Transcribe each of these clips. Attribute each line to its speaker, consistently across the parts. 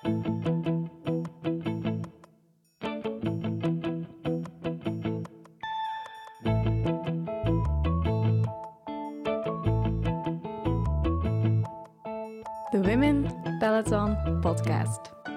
Speaker 1: De Women Peloton Podcast.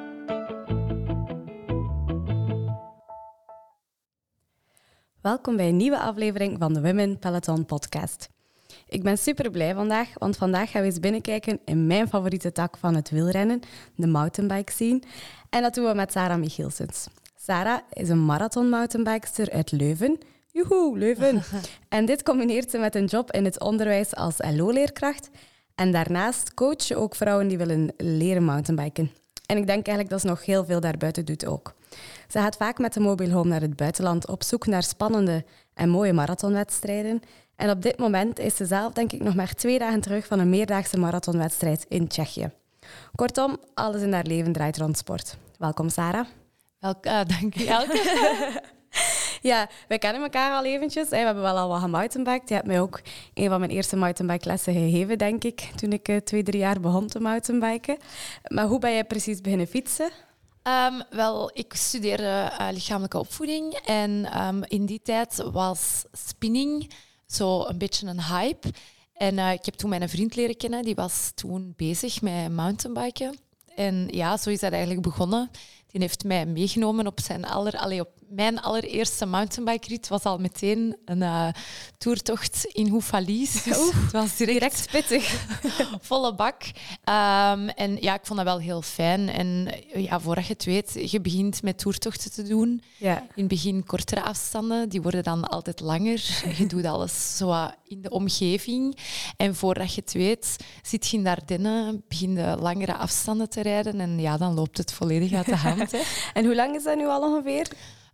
Speaker 1: Welkom bij een nieuwe aflevering van de Women Peloton Podcast. Ik ben super blij vandaag, want vandaag gaan we eens binnenkijken in mijn favoriete tak van het wielrennen, de mountainbike scene. En dat doen we met Sarah Michielsens. Sarah is een marathon-mountainbikester uit Leuven. Joehoe, Leuven! En dit combineert ze met een job in het onderwijs als LO-leerkracht. En daarnaast coach je ook vrouwen die willen leren mountainbiken. En ik denk eigenlijk dat ze nog heel veel daarbuiten doet ook. Ze gaat vaak met de mobile home naar het buitenland op zoek naar spannende en mooie marathonwedstrijden. En op dit moment is ze zelf denk ik nog maar 2 dagen terug van een meerdaagse marathonwedstrijd in Tsjechië. Kortom, alles in haar leven draait rond sport. Welkom Sarah.
Speaker 2: Dank je, Elke.
Speaker 1: Ja, wij kennen elkaar al eventjes. We hebben wel al wat gemountainbiked. Je hebt mij ook een van mijn eerste mountainbike-lessen gegeven, denk ik, toen ik 2-3 jaar begon te mountainbiken. Maar hoe ben je precies beginnen fietsen?
Speaker 2: Wel, ik studeerde lichamelijke opvoeding en in die tijd was spinning zo een beetje een hype. En ik heb toen mijn vriend leren kennen, die was toen bezig met mountainbiken. En ja, zo is dat eigenlijk begonnen. Die heeft mij meegenomen op op mijn allereerste mountainbike-rit. Was al meteen een toertocht in Houffalize. Dus het was direct
Speaker 1: pittig.
Speaker 2: Volle bak. En ja, ik vond dat wel heel fijn. En ja, voordat je het weet, je begint met toertochten te doen. Ja. In het begin kortere afstanden, die worden dan altijd langer. Je doet alles zo in de omgeving. En voordat je het weet, zit je in de Ardennen, begin je langere afstanden te rijden. En ja, dan loopt het volledig uit de hand. Hè.
Speaker 1: En hoe lang is dat nu al ongeveer?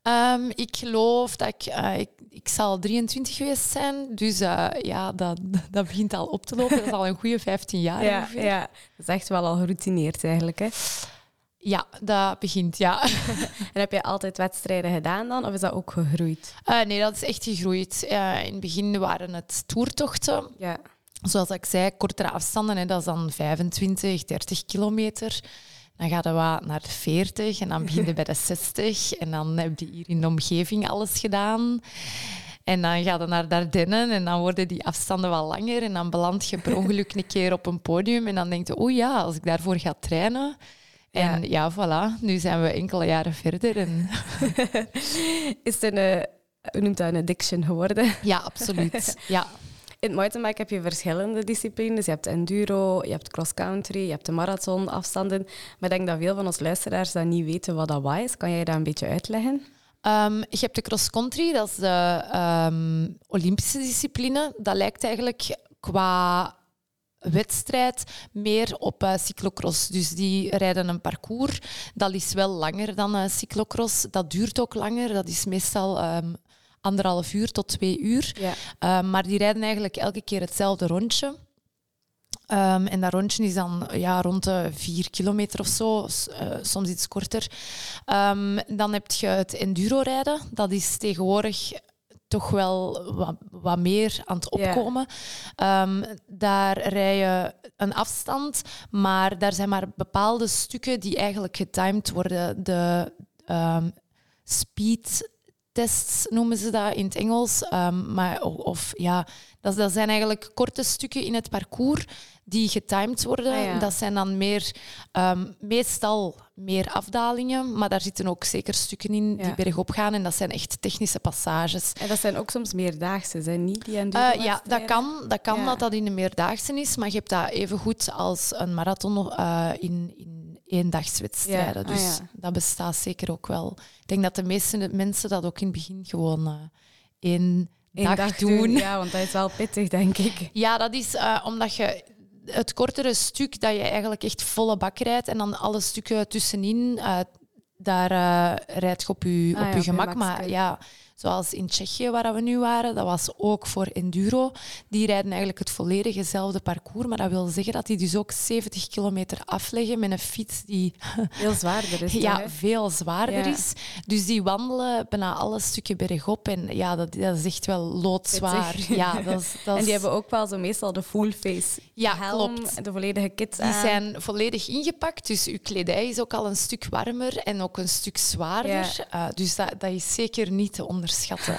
Speaker 2: Ik geloof dat ik zal 23 geweest zijn. Dus ja, dat begint al op te lopen. Dat is al een goede 15 jaar ongeveer.
Speaker 1: Ja, dat is echt wel al geroutineerd eigenlijk, hè?
Speaker 2: Ja, dat begint, ja.
Speaker 1: En heb je altijd wedstrijden gedaan dan, of is dat ook gegroeid?
Speaker 2: Nee, dat is echt gegroeid. In het begin waren het toertochten. Ja. Zoals ik zei, kortere afstanden. Hè, dat is dan 25, 30 kilometer. Dan gaat het wat naar de 40 en dan begin je bij de 60. En dan heb je hier in de omgeving alles gedaan. En dan ga je naar de Ardennen en dan worden die afstanden wat langer. En dan beland je per ongeluk een keer op een podium. En dan denk je, oh ja, als ik daarvoor ga trainen. En ja, voilà. Nu zijn we enkele jaren verder. En
Speaker 1: is het hoe noemt dat, een addiction geworden?
Speaker 2: Ja, absoluut. Ja.
Speaker 1: In het mountainbike heb je verschillende disciplines. Je hebt enduro, je hebt cross-country, je hebt de marathonafstanden. Maar ik denk dat veel van ons luisteraars dat niet weten wat dat is. Kan jij dat een beetje uitleggen?
Speaker 2: Je hebt de cross-country, dat is de Olympische discipline. Dat lijkt eigenlijk qua wedstrijd meer op cyclocross. Dus die rijden een parcours. Dat is wel langer dan cyclocross. Dat duurt ook langer. Dat is meestal 1,5 uur tot 2 uur. Ja. Maar die rijden eigenlijk elke keer hetzelfde rondje. En dat rondje is dan rond de 4 kilometer of zo, soms iets korter. Dan heb je het enduro-rijden. Dat is tegenwoordig toch wel wat meer aan het opkomen. Daar rij je een afstand, maar daar zijn maar bepaalde stukken die eigenlijk getimed worden. De speed tests noemen ze dat in het Engels. Dat zijn eigenlijk korte stukken in het parcours die getimed worden. Dat zijn dan meestal meer afdalingen, maar daar zitten ook zeker stukken in die bergop gaan en dat zijn echt technische passages.
Speaker 1: En dat zijn ook soms meerdaagse, zijn niet die enduro-wedstrijden?
Speaker 2: Ja, dat kan dat in een meerdaagse is, maar je hebt dat even goed als een marathon in eendagswedstrijden. Dus dat bestaat zeker ook wel. Ik denk dat de meeste mensen dat ook in het begin gewoon één dag doen.
Speaker 1: Ja, want dat is wel pittig, denk ik.
Speaker 2: Ja, dat is omdat je het kortere stuk dat je eigenlijk echt volle bak rijdt en dan alle stukken tussenin, daar rijd je op je gemak. Maar ja, Zoals in Tsjechië, waar we nu waren, dat was ook voor enduro. Die rijden eigenlijk het volledigzelfde parcours, maar dat wil zeggen dat die dus ook 70 kilometer afleggen met een fiets die...
Speaker 1: Heel zwaarder is.
Speaker 2: Ja,
Speaker 1: hè?
Speaker 2: veel zwaarder
Speaker 1: Ja.
Speaker 2: is. Dus die wandelen bijna alle stukken bergop. En ja, dat is echt wel loodzwaar.
Speaker 1: Pittig.
Speaker 2: Ja, dat is...
Speaker 1: En die hebben ook wel zo meestal de full face
Speaker 2: Ja,
Speaker 1: helm,
Speaker 2: klopt.
Speaker 1: de volledige kit
Speaker 2: Die
Speaker 1: aan.
Speaker 2: zijn volledig ingepakt, dus uw kledij is ook al een stuk warmer en ook een stuk zwaarder. Dus dat is zeker niet te onderschatten.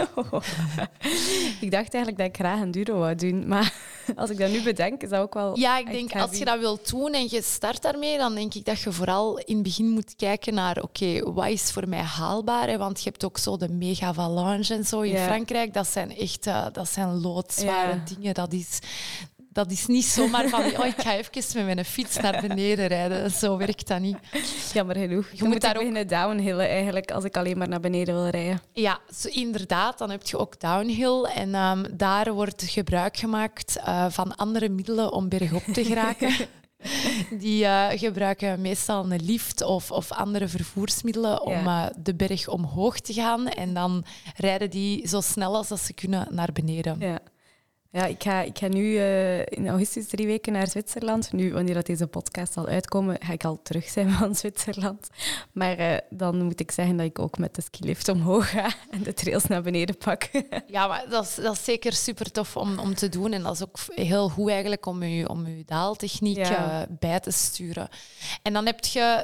Speaker 1: Ik dacht eigenlijk dat ik graag enduro wou doen, maar als ik dat nu bedenk, is dat ook wel
Speaker 2: Ja, ik
Speaker 1: echt
Speaker 2: denk
Speaker 1: heavy.
Speaker 2: als je dat wilt doen en je start daarmee, dan denk ik dat je vooral in het begin moet kijken naar oké, wat is voor mij haalbaar? Hè? Want je hebt ook zo de mega valange en zo in
Speaker 1: Ja.
Speaker 2: Frankrijk. Dat zijn echt loodzware
Speaker 1: Ja.
Speaker 2: dingen. Dat is niet zomaar van, ik ga even met mijn fiets naar beneden rijden. Zo werkt dat niet.
Speaker 1: Jammer genoeg. Je
Speaker 2: moet
Speaker 1: moet
Speaker 2: daar
Speaker 1: daar
Speaker 2: ook-
Speaker 1: beginnen downhillen eigenlijk, als ik alleen maar naar beneden wil rijden.
Speaker 2: Ja, inderdaad. Dan heb je ook downhill. En daar wordt gebruik gemaakt van andere middelen om bergop te geraken. Die gebruiken meestal een lift of andere vervoersmiddelen om de berg omhoog te gaan. En dan rijden die zo snel als dat ze kunnen naar beneden.
Speaker 1: Ja. Ja, ik ga nu in augustus 3 weken naar Zwitserland. Nu, wanneer dat deze podcast zal uitkomen, ga ik al terug zijn van Zwitserland. Maar dan moet ik zeggen dat ik ook met de skilift omhoog ga en de trails naar beneden pak.
Speaker 2: Ja, maar dat is zeker super tof om te doen. En dat is ook heel goed eigenlijk om je daaltechniek bij te sturen. En dan heb je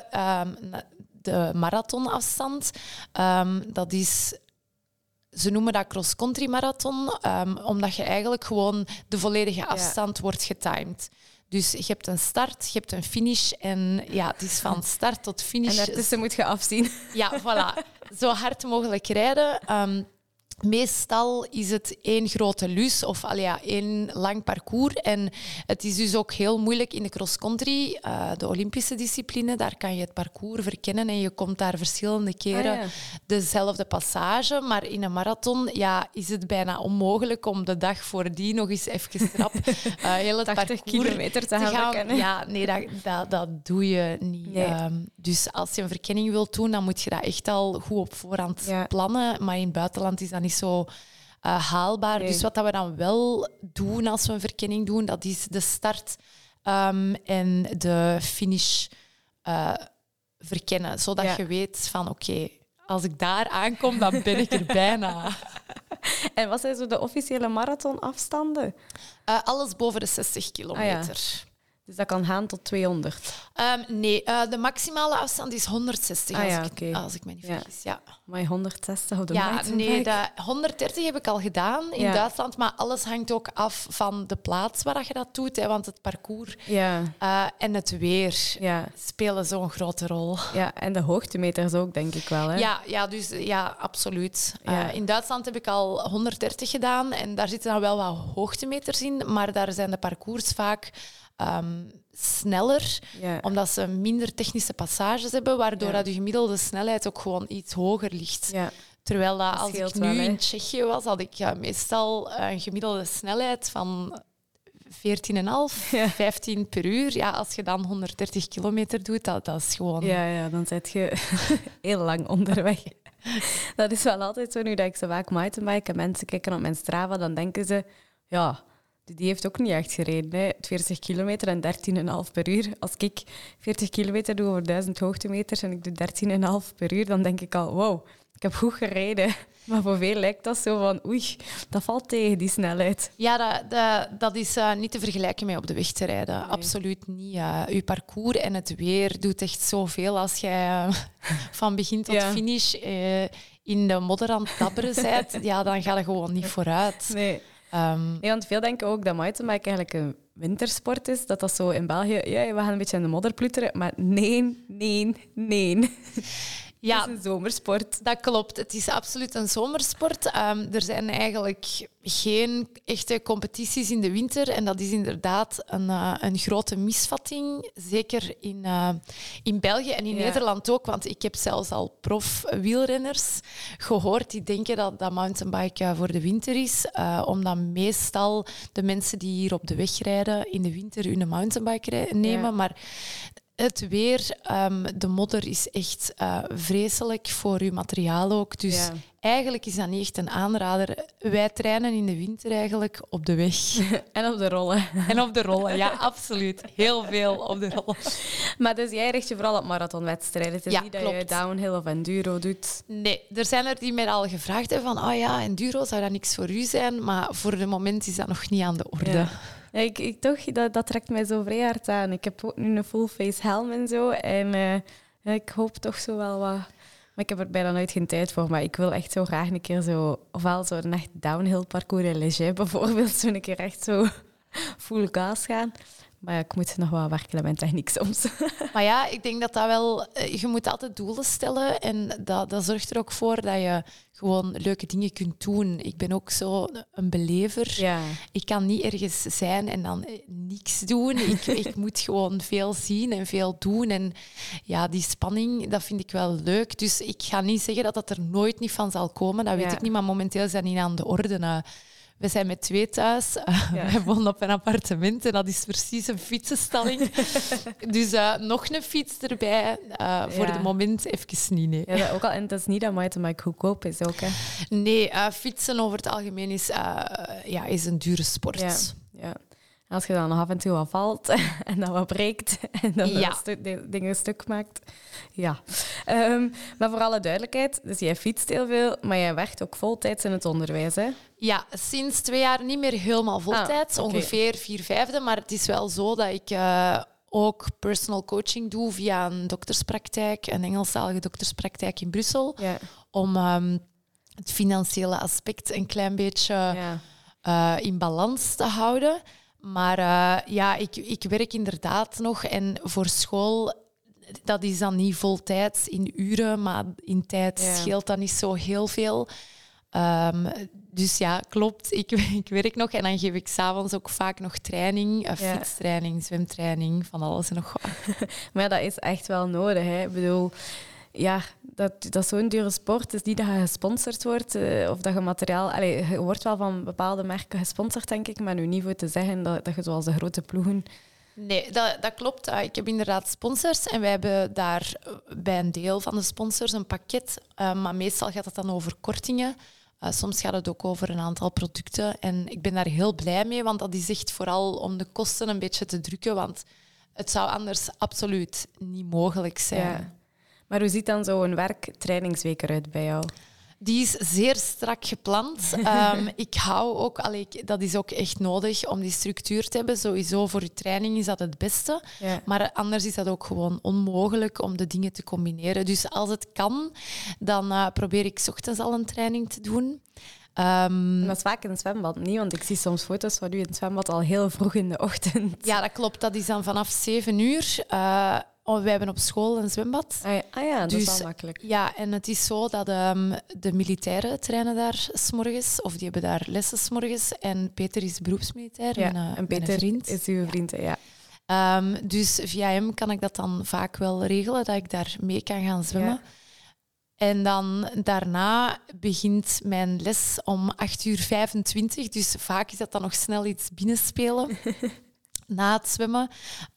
Speaker 2: de marathonafstand. Dat is... Ze noemen dat cross-country marathon, omdat je eigenlijk gewoon de volledige afstand wordt getimed. Dus je hebt een start, je hebt een finish en ja, het is van start tot finish.
Speaker 1: En daartussen moet je afzien.
Speaker 2: Ja, voilà. Zo hard mogelijk rijden. Meestal is het één grote lus of één lang parcours. En het is dus ook heel moeilijk in de cross-country, de Olympische discipline. Daar kan je het parcours verkennen en je komt daar verschillende keren dezelfde passage. Maar in een marathon is het bijna onmogelijk om de dag voordien nog eens even rap heel het
Speaker 1: 80
Speaker 2: parcours
Speaker 1: kilometer te gaan verkennen.
Speaker 2: Ja, nee, dat doe je niet.
Speaker 1: Nee.
Speaker 2: Dus als je een verkenning wilt doen, dan moet je dat echt al goed op voorhand plannen. Maar in het buitenland is dat niet zo haalbaar. Nee. Dus wat we dan wel doen als we een verkenning doen, dat is de start en de finish verkennen. Zodat je weet van oké, als ik daar aankom, dan ben ik er bijna.
Speaker 1: En wat zijn zo de officiële marathonafstanden?
Speaker 2: Alles boven de 60 kilometer.
Speaker 1: Dus dat kan gaan tot 200?
Speaker 2: Nee, de maximale afstand is 160, als ik me niet vergis. Ja.
Speaker 1: Maar 160 op de
Speaker 2: nee, de 130 heb ik al gedaan in Duitsland, maar alles hangt ook af van de plaats waar je dat doet. Hè, want het parcours en het weer spelen zo'n grote rol.
Speaker 1: Ja, en de hoogtemeters ook, denk ik wel. Hè?
Speaker 2: Ja, absoluut. In Duitsland heb ik al 130 gedaan en daar zitten dan wel wat hoogtemeters in, maar daar zijn de parcours vaak... sneller, omdat ze minder technische passages hebben, waardoor dat de gemiddelde snelheid ook gewoon iets hoger ligt. Ja. Terwijl dat als ik nu in Tsjechië was, had ik meestal een gemiddelde snelheid van 14,5, 15 per uur. Ja, als je dan 130 kilometer doet, dat is gewoon...
Speaker 1: Ja, dan zit je heel lang onderweg. Dat is wel altijd zo, nu dat ik zo vaak mountainbike en mensen kijken op mijn Strava, dan denken ze... Ja, die heeft ook niet echt gereden. Hè. 40 kilometer en 13,5 per uur. Als ik 40 kilometer doe over 1000 hoogtemeters en ik doe 13,5 per uur, dan denk ik al, wow, ik heb goed gereden. Maar voor veel lijkt dat zo van, oei, dat valt tegen, die snelheid.
Speaker 2: Ja, dat is niet te vergelijken met op de weg te rijden. Nee. Absoluut niet. Je parcours en het weer doet echt zoveel. Als jij van begin tot finish in de modder aan het tabberen bent, dan ga je gewoon niet vooruit.
Speaker 1: Nee. Want veel denken ook dat mountainbike eigenlijk een wintersport is. Dat zo in België, we gaan een beetje in de modder ploeteren. Maar nee.
Speaker 2: Ja,
Speaker 1: het is een zomersport.
Speaker 2: Dat klopt. Het is absoluut een zomersport. Er zijn eigenlijk geen echte competities in de winter. En dat is inderdaad een grote misvatting. Zeker in België en in Nederland ook. Want ik heb zelfs al prof-wielrenners gehoord die denken dat mountainbike voor de winter is. Omdat meestal de mensen die hier op de weg rijden in de winter hun mountainbike nemen. Maar Het weer, de modder is echt vreselijk voor uw materiaal ook. Dus eigenlijk is dat niet echt een aanrader. Wij trainen in de winter eigenlijk op de weg.
Speaker 1: En op de rollen.
Speaker 2: En op de rollen, ja, absoluut. Heel veel op de rollen.
Speaker 1: Maar dus jij richt je vooral op marathonwedstrijden. Het is niet dat
Speaker 2: klopt.
Speaker 1: je downhill of enduro doet.
Speaker 2: Nee, er zijn er die mij al gevraagd hebben van enduro, zou dat niks voor u zijn? Maar voor het moment is dat nog niet aan de orde.
Speaker 1: Ja. Ja, ik toch, dat trekt mij zo vrij hard aan. Ik heb ook nu een full face helm en zo. En ik hoop toch zo wel wat... Maar ik heb er bijna nooit geen tijd voor. Maar ik wil echt zo graag een keer zo... Ofwel zo'n echt downhill parcours in Léger bijvoorbeeld. Zo een keer echt zo full gas gaan. Maar ja, ik moet nog wel werken aan mijn techniek soms.
Speaker 2: Maar ja, ik denk dat wel... Je moet altijd doelen stellen. En dat zorgt er ook voor dat je gewoon leuke dingen kunt doen. Ik ben ook zo een belever.
Speaker 1: Ja.
Speaker 2: Ik kan niet ergens zijn en dan niks doen. Ik moet gewoon veel zien en veel doen. En ja, die spanning, dat vind ik wel leuk. Dus ik ga niet zeggen dat dat er nooit niet van zal komen. Dat weet ik niet, maar momenteel is dat niet aan de orde. We zijn met 2 thuis. We wonen op een appartement en dat is precies een fietsenstalling. Dus nog een fiets erbij. Voor het moment even niet, nee. Ja,
Speaker 1: ook al, en dat is niet dat mountainbike goedkoop is ook, hè?
Speaker 2: Nee, fietsen over het algemeen is een dure sport.
Speaker 1: Ja. Als je dan nog af en toe wat valt en dan wat breekt en dan dingen stuk maakt. Ja. Maar voor alle duidelijkheid, dus jij fietst heel veel, maar jij werkt ook voltijds in het onderwijs, hè?
Speaker 2: Ja, sinds 2 jaar niet meer helemaal voltijds, ongeveer 4/5. Maar het is wel zo dat ik ook personal coaching doe via een dokterspraktijk, een Engelstalige dokterspraktijk in Brussel, om het financiële aspect een klein beetje in balans te houden. Maar ik werk inderdaad nog. En voor school, dat is dan niet voltijds in uren, maar in tijd scheelt dat niet zo heel veel. Dus ja, klopt. Ik werk nog en dan geef ik 's avonds ook vaak nog training. Fietstraining, zwemtraining, van alles en nog wat.
Speaker 1: Maar dat is echt wel nodig, hè. Ik bedoel... Ja, dat is zo'n dure sport. Het is niet dat je gesponsord wordt of dat je materiaal... Allee, je wordt wel van bepaalde merken gesponsord, denk ik, maar nu niet voor te zeggen dat je zoals de grote ploegen...
Speaker 2: Nee, dat klopt. Ik heb inderdaad sponsors en wij hebben daar bij een deel van de sponsors een pakket. Maar meestal gaat het dan over kortingen. Soms gaat het ook over een aantal producten. En ik ben daar heel blij mee, want dat is echt vooral om de kosten een beetje te drukken. Want het zou anders absoluut niet mogelijk zijn.
Speaker 1: Ja. Maar hoe ziet dan zo'n werktrainingsweek eruit bij jou?
Speaker 2: Die is zeer strak gepland. Ik hou ook... dat is ook echt nodig om die structuur te hebben. Sowieso voor je training is dat het beste. Ja. Maar anders is dat ook gewoon onmogelijk om de dingen te combineren. Dus als het kan, dan probeer ik 's ochtends al een training te doen.
Speaker 1: Dat is vaak in het zwembad niet, want ik zie soms foto's van u in het zwembad al heel vroeg in de ochtend.
Speaker 2: Ja, dat klopt. Dat is dan vanaf 7 uur. Wij hebben op school een zwembad.
Speaker 1: Dat is wel makkelijk.
Speaker 2: Ja, en het is zo dat de militairen trainen daar 's morgens, of die hebben daar lessen 's morgens. En Peter is beroepsmilitair.
Speaker 1: En Peter
Speaker 2: vriend.
Speaker 1: is uw vriend, ja.
Speaker 2: Dus via hem kan ik dat dan vaak wel regelen, dat ik daar mee kan gaan zwemmen. Ja. En dan daarna begint mijn les om 8:25 uur. Dus vaak is dat dan nog snel iets binnenspelen na het zwemmen.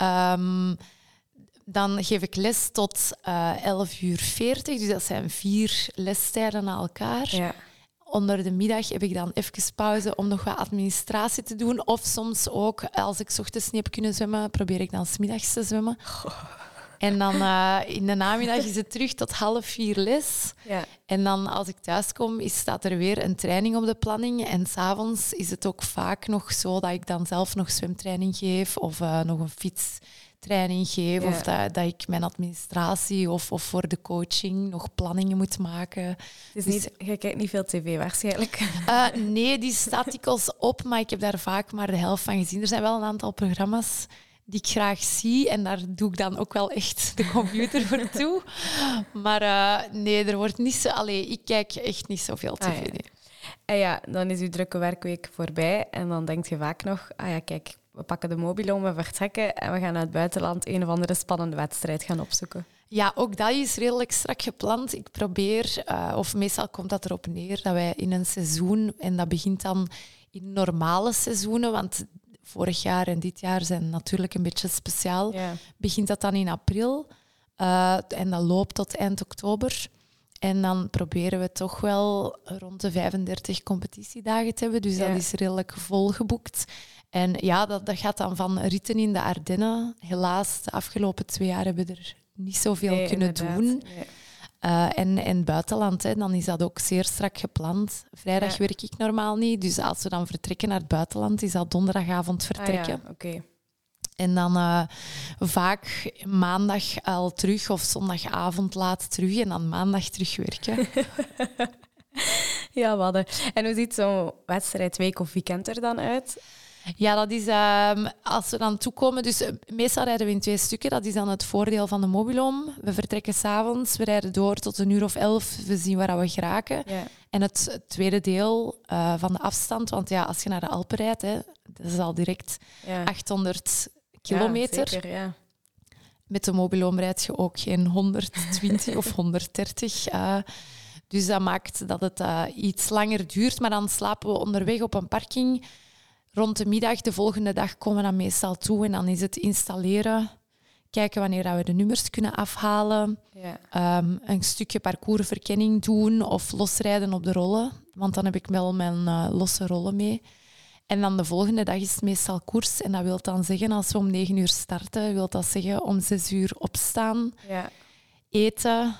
Speaker 2: Dan geef ik les tot 11:40 uur. Dus dat zijn 4 lestijden na elkaar. Ja. Onder de middag heb ik dan even pauze om nog wat administratie te doen. Of soms ook, als ik 's ochtends niet heb kunnen zwemmen, probeer ik dan 's middags te zwemmen. En dan in de namiddag is het terug tot 3:30 les. Ja. En dan als ik thuis kom, staat er weer een training op de planning. En 's avonds is het ook vaak nog zo dat ik dan zelf nog zwemtraining geef of nog een fietstraining geef. Ja. Of dat ik mijn administratie of voor de coaching nog planningen moet maken.
Speaker 1: Dus je kijkt niet veel tv waarschijnlijk?
Speaker 2: Nee, die staat dikwijls op, maar ik heb daar vaak maar de helft van gezien. Er zijn wel een aantal programma's die ik graag zie. En daar doe ik dan ook wel echt de computer voor toe. Maar nee, er wordt niet zo... ik kijk echt niet zoveel tv. Nee.
Speaker 1: En ja, dan is uw drukke werkweek voorbij. En dan denk je vaak nog... kijk, we pakken de mobiel om, we vertrekken en we gaan naar het buitenland een of andere spannende wedstrijd gaan opzoeken.
Speaker 2: Ja, ook dat is redelijk strak gepland. Ik probeer, of meestal komt dat erop neer, dat wij in een seizoen... En dat begint dan in normale seizoenen, want... vorig jaar en dit jaar zijn natuurlijk een beetje speciaal.
Speaker 1: Ja.
Speaker 2: Begint dat dan in april en dat loopt tot eind oktober. En dan proberen we toch wel rond de 35 competitiedagen te hebben. Dus dat is redelijk volgeboekt. En ja, dat gaat dan van ritten in de Ardennen. Helaas, de afgelopen 2 jaar hebben we er niet zoveel kunnen doen. Nee. En buitenland, hè, dan is dat ook zeer strak gepland. Vrijdag werk ik normaal niet. Dus als we dan vertrekken naar het buitenland, is dat donderdagavond vertrekken.
Speaker 1: Okay.
Speaker 2: En dan vaak maandag al terug of zondagavond laat terug en dan maandag terugwerken.
Speaker 1: Ja, wat. En hoe ziet zo'n wedstrijd, week of weekend er dan uit?
Speaker 2: Ja, dat is als we dan toekomen. Dus meestal rijden we in 2 stukken. Dat is dan het voordeel van de mobiloom. We vertrekken 's avonds, we rijden door tot 11:00. We zien waar we geraken. Ja. En het tweede deel van de afstand, want ja, als je naar de Alpen rijdt, hè, dat is al direct 800 kilometer.
Speaker 1: Ja, zeker, ja.
Speaker 2: Met de mobiloom rijd je ook geen 120 of 130. Dus dat maakt dat het iets langer duurt. Maar dan slapen we onderweg op een parking. Rond de middag, de volgende dag, komen we dan meestal toe. En dan is het installeren. Kijken wanneer we de nummers kunnen afhalen. Ja. Een stukje parcoursverkenning doen of losrijden op de rollen. Want dan heb ik wel mijn losse rollen mee. En dan de volgende dag is het meestal koers. En dat wil dan zeggen, als we om 9:00 starten, wil dat zeggen om 6:00 opstaan, eten.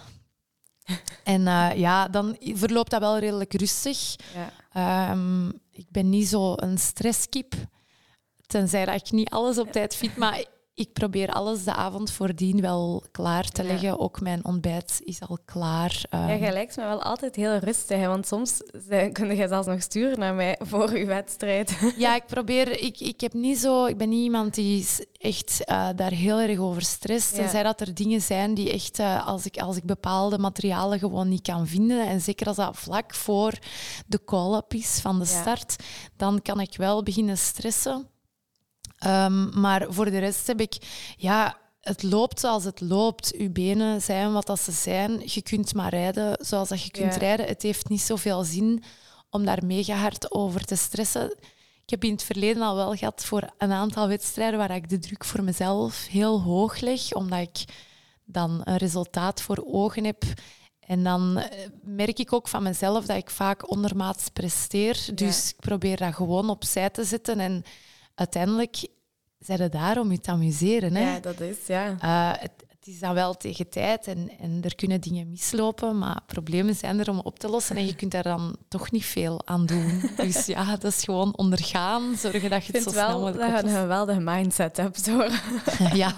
Speaker 2: En dan verloopt dat wel redelijk rustig. Ja. Ik ben niet zo een stresskip, tenzij dat ik niet alles op tijd vind, maar ik probeer alles de avond voordien wel klaar te leggen. Ja. Ook mijn ontbijt is al klaar.
Speaker 1: Ja, jij lijkt me wel altijd heel rustig, hè? Want soms kun je zelfs nog sturen naar mij voor je wedstrijd.
Speaker 2: Ja, ik probeer... Ik ben niet iemand die echt daar heel erg over stresst. Ja. Tenzij dat er dingen zijn die echt... Als ik bepaalde materialen gewoon niet kan vinden, en zeker als dat vlak voor de call-up is van de start, dan kan ik wel beginnen stressen. Maar voor de rest heb ik... Ja, het loopt zoals het loopt. Uw benen zijn wat dat ze zijn. Je kunt maar rijden zoals dat je kunt rijden. Het heeft niet zoveel zin om daar mega hard over te stressen. Ik heb in het verleden al wel gehad voor een aantal wedstrijden waar ik de druk voor mezelf heel hoog leg, omdat ik dan een resultaat voor ogen heb. En dan merk ik ook van mezelf dat ik vaak ondermaats presteer. Dus ik probeer dat gewoon opzij te zetten en... Uiteindelijk zijn we daar om je te amuseren. Hè?
Speaker 1: Ja, dat is, ja.
Speaker 2: Het is dan wel tegen tijd en er kunnen dingen mislopen, maar problemen zijn er om op te lossen en je kunt daar dan toch niet veel aan doen. Dus ja, dat is gewoon ondergaan, zorgen dat je het zo snel mogelijk oplost.
Speaker 1: Ik vind wel dat je een geweldige mindset hebt, hoor.
Speaker 2: Ja.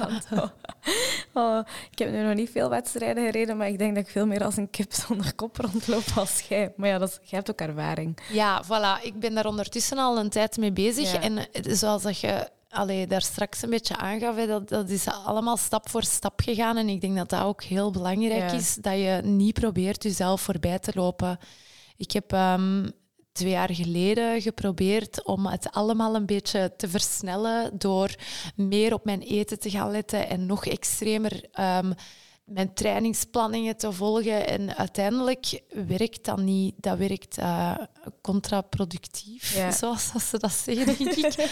Speaker 1: Ik heb nu nog niet veel wedstrijden gereden, maar ik denk dat ik veel meer als een kip zonder kop rondloop als jij. Maar ja, jij hebt ook ervaring.
Speaker 2: Ja, voilà. Ik ben daar ondertussen al een tijd mee bezig. Ja. En zoals dat je daar straks een beetje aangaf, dat is allemaal stap voor stap gegaan. En ik denk dat dat ook heel belangrijk is, dat je niet probeert jezelf voorbij te lopen. Ik heb 2 jaar geleden geprobeerd om het allemaal een beetje te versnellen door meer op mijn eten te gaan letten en nog extremer mijn trainingsplanningen te volgen. En uiteindelijk werkt dat niet. Dat werkt contraproductief, zoals ze dat zeggen, denk ik.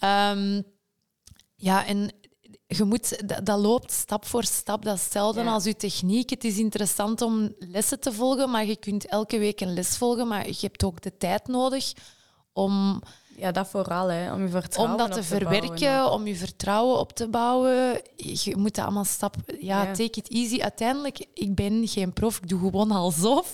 Speaker 2: En je moet, dat loopt stap voor stap. Dat is hetzelfde als je techniek. Het is interessant om lessen te volgen, maar je kunt elke week een les volgen. Maar je hebt ook de tijd nodig om...
Speaker 1: Ja, dat vooral, hè, om je vertrouwen
Speaker 2: om dat te verwerken, bouwen. Om je vertrouwen op te bouwen. Je moet dat allemaal stappen... Ja, take it easy. Uiteindelijk, ik ben geen prof, ik doe gewoon alsof.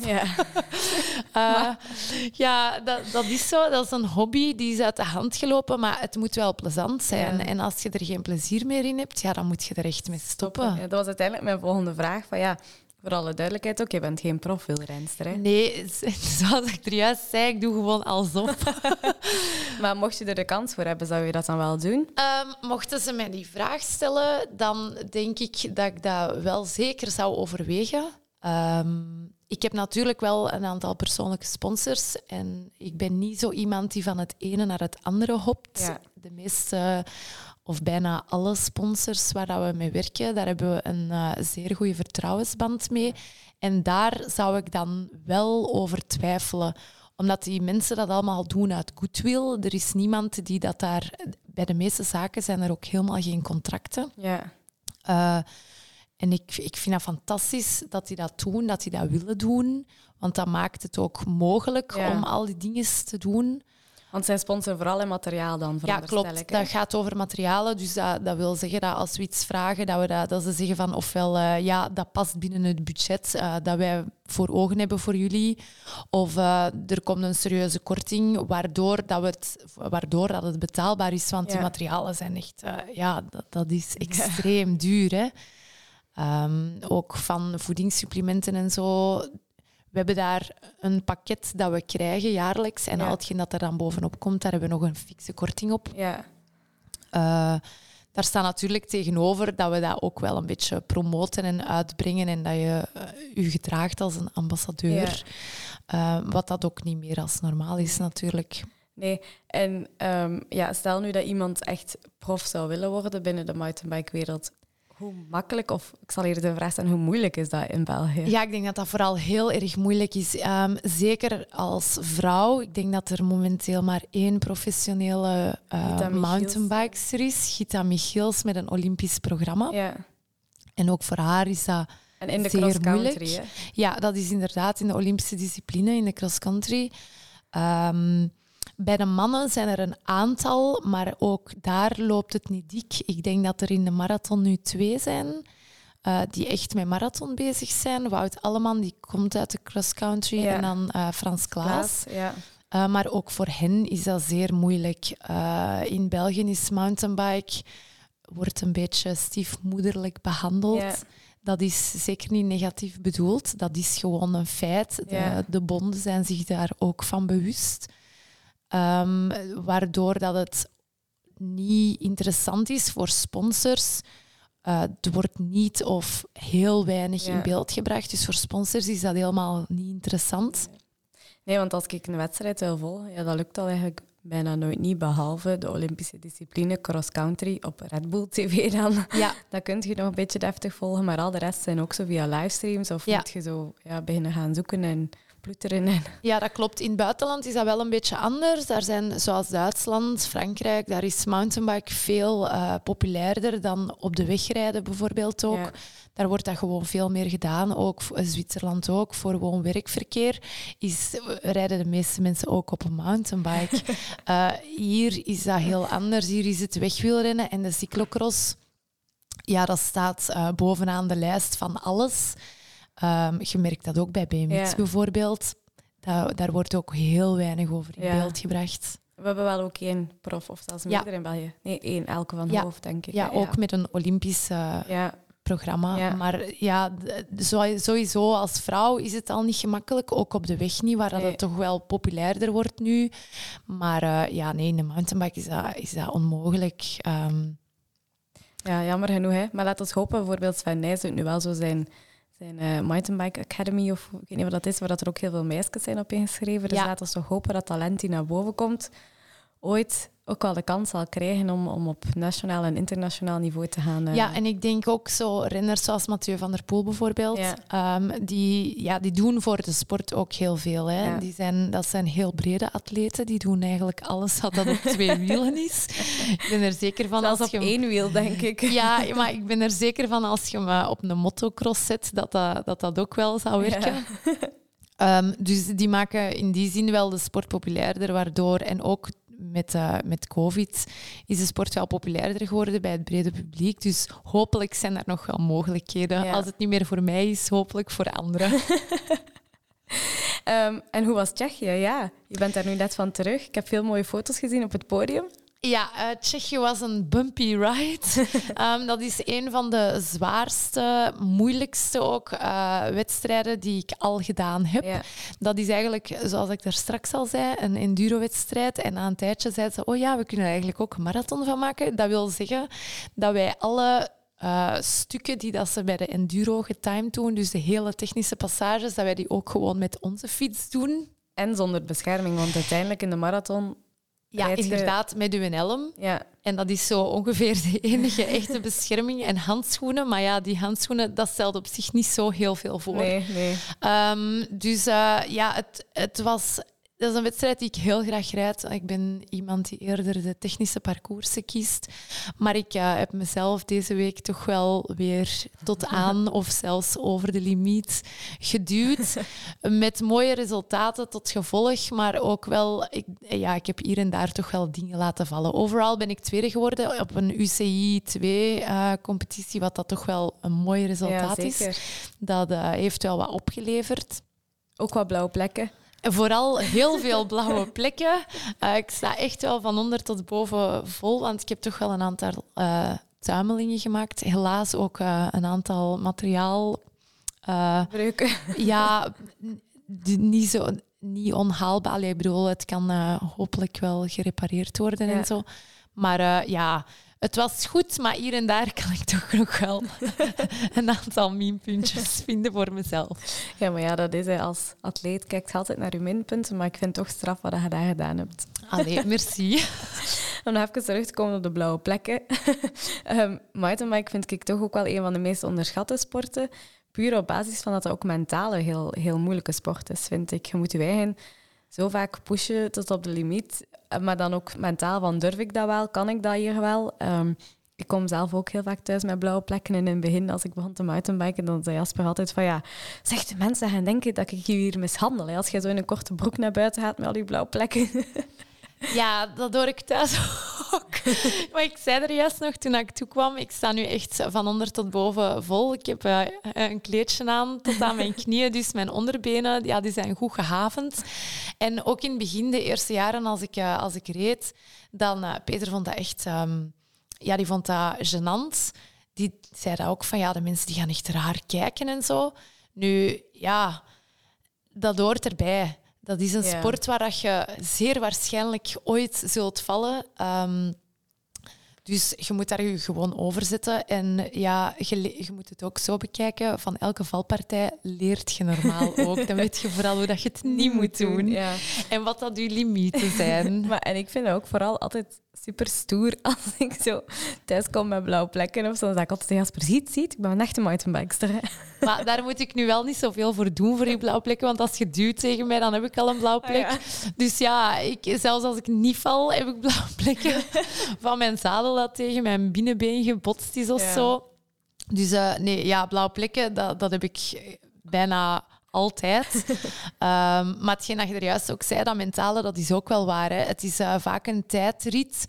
Speaker 2: Ja, dat is zo. Dat is een hobby, die is uit de hand gelopen, maar het moet wel plezant zijn. Ja. En als je er geen plezier meer in hebt, dan moet je er echt mee stoppen.
Speaker 1: Ja, dat was uiteindelijk mijn volgende vraag. Voor alle duidelijkheid ook, je bent geen prof-wielrenster, hè?
Speaker 2: Nee, zoals ik er juist zei, ik doe gewoon alsof.
Speaker 1: Maar mocht je er de kans voor hebben, zou je dat dan wel doen?
Speaker 2: Mochten ze mij die vraag stellen, dan denk ik dat ik dat wel zeker zou overwegen. Ik heb natuurlijk wel een aantal persoonlijke sponsors en ik ben niet zo iemand die van het ene naar het andere hopt. Ja. De meeste... of bijna alle sponsors waar we mee werken, daar hebben we een zeer goede vertrouwensband mee. En daar zou ik dan wel over twijfelen. Omdat die mensen dat allemaal doen uit goodwill. Er is niemand die dat daar bij de meeste zaken zijn er ook helemaal geen contracten.
Speaker 1: Ja.
Speaker 2: En ik vind dat fantastisch dat die dat doen, dat die dat willen doen. Want dat maakt het ook mogelijk om al die dingen te doen.
Speaker 1: Want zij sponsoren vooral in materiaal dan,
Speaker 2: ja, klopt. Dat gaat over materialen. Dus dat wil zeggen dat als we iets vragen, dat ze zeggen van ofwel dat past binnen het budget dat wij voor ogen hebben voor jullie. Of er komt een serieuze korting, waardoor dat het betaalbaar is. Want die materialen zijn echt... dat is extreem duur, hè. Ook van voedingssupplementen en zo. We hebben daar een pakket dat we krijgen jaarlijks. En al hetgeen dat er dan bovenop komt, daar hebben we nog een fikse korting op.
Speaker 1: Ja.
Speaker 2: Daar staat natuurlijk tegenover dat we dat ook wel een beetje promoten en uitbrengen. En dat je je gedraagt als een ambassadeur. Ja. Wat dat ook niet meer als normaal is natuurlijk.
Speaker 1: Nee, en stel nu dat iemand echt prof zou willen worden binnen de mountainbike-wereld. Hoe makkelijk, of ik zal eerder de vraag stellen, hoe moeilijk is dat in België?
Speaker 2: Ja, ik denk dat dat vooral heel erg moeilijk is. Zeker als vrouw. Ik denk dat er momenteel maar 1 professionele mountainbikester is. Gita Michiels met een Olympisch programma. Ja. En ook voor haar is dat
Speaker 1: en in de
Speaker 2: zeer moeilijk.
Speaker 1: Hè?
Speaker 2: Ja, dat is inderdaad in de Olympische discipline, in de cross-country. Bij de mannen zijn er een aantal, maar ook daar loopt het niet dik. Ik denk dat er in de marathon nu 2 zijn die echt met marathon bezig zijn. Wout Alleman, die komt uit de cross-country. En dan Frans Klaas. Maar ook voor hen is dat zeer moeilijk. In België is mountainbike wordt een beetje stiefmoederlijk behandeld. Ja. Dat is zeker niet negatief bedoeld. Dat is gewoon een feit. De bonden zijn zich daar ook van bewust. Waardoor dat het niet interessant is voor sponsors. Het wordt niet of heel weinig in beeld gebracht. Dus voor sponsors is dat helemaal niet interessant.
Speaker 1: Nee, want als ik een wedstrijd wil volgen, dat lukt al eigenlijk bijna nooit niet, behalve de Olympische discipline cross-country op Red Bull TV dan. Ja. Dat kun je nog een beetje deftig volgen, maar al de rest zijn ook zo via livestreams. Of moet je zo beginnen gaan zoeken en ploeteren.
Speaker 2: Ja, dat klopt. In het buitenland is dat wel een beetje anders. Daar zijn, zoals Duitsland, Frankrijk, daar is mountainbike veel populairder dan op de weg rijden bijvoorbeeld ook. Ja. Daar wordt dat gewoon veel meer gedaan. Ook Zwitserland ook. Voor woon-werkverkeer rijden de meeste mensen ook op een mountainbike. Hier is dat heel anders. Hier is het wegwielrennen en de cyclocross. Ja, dat staat bovenaan de lijst van alles. Je merkt dat ook bij BMX bijvoorbeeld. Daar wordt ook heel weinig over in beeld gebracht.
Speaker 1: We hebben wel ook 1 prof, of zelfs meerdere in België. Nee, 1, elke van hoofd, denk ik.
Speaker 2: Ja, ook met een Olympisch programma. Ja. Maar sowieso als vrouw is het al niet gemakkelijk. Ook op de weg niet, waar dat het toch wel populairder wordt nu. Maar in de mountainbike is dat onmogelijk.
Speaker 1: Ja, jammer genoeg. Hè? Maar laat ons hopen, bijvoorbeeld Sven Nys doet nu wel zo zijn Mountainbike Academy, of ik weet niet wat dat is, waar er ook heel veel meisjes zijn op ingeschreven. Dus laten we toch hopen dat talent die naar boven komt, ooit ook wel de kans zal krijgen om op nationaal en internationaal niveau te gaan.
Speaker 2: Ja, en ik denk ook zo renners zoals Mathieu van der Poel bijvoorbeeld, die doen voor de sport ook heel veel. Hè. Ja. Dat zijn heel brede atleten, die doen eigenlijk alles wat dat op 2 wielen is. Ik ben er zeker van
Speaker 1: zelfs op 1 wiel, denk ik.
Speaker 2: Ja, maar ik ben er zeker van als je me op een motocross zet, dat ook wel zou werken. Ja. Dus die maken in die zin wel de sport populairder, waardoor en ook met COVID is de sport wel populairder geworden bij het brede publiek. Dus hopelijk zijn er nog wel mogelijkheden. Ja. Als het niet meer voor mij is, hopelijk voor anderen.
Speaker 1: En hoe was Tsjechië? Ja, je bent daar nu net van terug. Ik heb veel mooie foto's gezien op het podium.
Speaker 2: Ja, Tsjechië was een bumpy ride. Dat is een van de zwaarste, moeilijkste ook wedstrijden die ik al gedaan heb. Ja. Dat is eigenlijk, zoals ik daar straks al zei, een enduro-wedstrijd. En na een tijdje zeiden ze, we kunnen er eigenlijk ook een marathon van maken. Dat wil zeggen dat wij alle stukken die dat ze bij de enduro getimed doen, dus de hele technische passages, dat wij die ook gewoon met onze fiets doen.
Speaker 1: En zonder bescherming, want uiteindelijk in de marathon...
Speaker 2: Ja, inderdaad, met uw helm. Ja. En dat is zo ongeveer de enige echte bescherming. En handschoenen. Maar ja, die handschoenen, dat stelt op zich niet zo heel veel voor.
Speaker 1: Nee.
Speaker 2: Dus het was Dat is een wedstrijd die ik heel graag rijd. Ik ben iemand die eerder de technische parcoursen kiest. Maar ik heb mezelf deze week toch wel weer tot aan of zelfs over de limiet geduwd. Met mooie resultaten tot gevolg. Maar ook wel, ik heb hier en daar toch wel dingen laten vallen. Overal ben ik tweede geworden op een UCI 2-competitie, wat dat toch wel een mooi resultaat is. Dat heeft wel wat opgeleverd.
Speaker 1: Ook wat blauwe plekken.
Speaker 2: Vooral heel veel blauwe plekken. Ik sta echt wel van onder tot boven vol, want ik heb toch wel een aantal tuimelingen gemaakt. Helaas ook een aantal materiaal...
Speaker 1: Breuken.
Speaker 2: Ja, niet onhaalbaar. Allee, ik bedoel, het kan hopelijk wel gerepareerd worden en zo. Maar het was goed, maar hier en daar kan ik toch nog wel een aantal minpuntjes vinden voor mezelf.
Speaker 1: Ja, maar ja, dat is als atleet kijkt je altijd naar je minpunten, maar ik vind het toch straf wat je daar gedaan hebt.
Speaker 2: Allee, merci.
Speaker 1: Om nog even terug te komen op de blauwe plekken. Mountainbike vind ik toch ook wel een van de meest onderschatte sporten. Puur op basis van dat het ook mentaal een heel moeilijke sport is, vind ik. Je moet je eigen zo vaak pushen tot op de limiet. Maar dan ook mentaal van, durf ik dat wel? Kan ik dat hier wel? Ik kom zelf ook heel vaak thuis met blauwe plekken. En in het begin, als ik begon te mountainbiken, dan zei Jasper altijd van zeg, de mensen gaan denken dat ik je hier mishandel. Hè? Als je zo in een korte broek naar buiten gaat met al die blauwe plekken.
Speaker 2: Ja, dat hoor ik thuis ook. Maar ik zei er juist nog toen ik toekwam, ik sta nu echt van onder tot boven vol. Ik heb een kleedje aan tot aan mijn knieën, dus mijn onderbenen die zijn goed gehavend. En ook in het begin, de eerste jaren als ik reed, dan Peter vond dat echt... die vond dat gênant. Die zei dat ook van, de mensen die gaan echt raar kijken en zo. Nu, dat hoort erbij. Dat is een sport waar je zeer waarschijnlijk ooit zult vallen. Dus je moet daar je gewoon over zetten. En je moet het ook zo bekijken. Van elke valpartij leert je normaal ook. Dan weet je vooral hoe dat je het niet moet doen. Ja. En wat dat je limieten zijn.
Speaker 1: En ik vind het ook vooral altijd super stoer als ik zo thuis kom met blauwe plekken of zo. Dan zeg ik altijd tegen Jasper, ziet, ik ben een echte mountainbikester. Hè.
Speaker 2: Maar daar moet ik nu wel niet zoveel voor doen, voor die blauwe plekken. Want als je duwt tegen mij, dan heb ik al een blauwe plek. Ja. Dus zelfs als ik niet val, heb ik blauwe plekken van mijn zadel dat tegen mijn binnenbeen gebotst is of zo. Dus blauwe plekken, dat heb ik bijna altijd. Maar hetgeen dat je er juist ook zei, dat mentale, dat is ook wel waar. Hè. Het is vaak een tijdrit